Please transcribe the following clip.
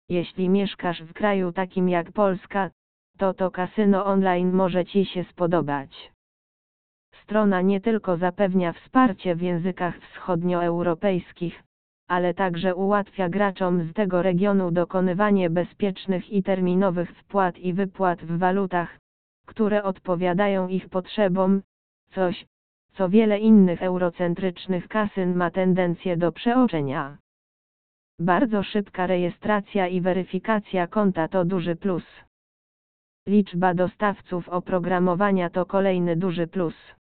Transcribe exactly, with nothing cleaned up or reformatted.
Jeśli mieszkasz w kraju takim jak Polska, to to kasyno online może Ci się spodobać. Strona nie tylko zapewnia wsparcie w językach wschodnioeuropejskich, ale także ułatwia graczom z tego regionu dokonywanie bezpiecznych i terminowych wpłat i wypłat w walutach, które odpowiadają ich potrzebom, coś, co wiele innych eurocentrycznych kasyn ma tendencję do przeoczenia. Bardzo szybka rejestracja i weryfikacja konta to duży plus. Liczba dostawców oprogramowania to kolejny duży plus.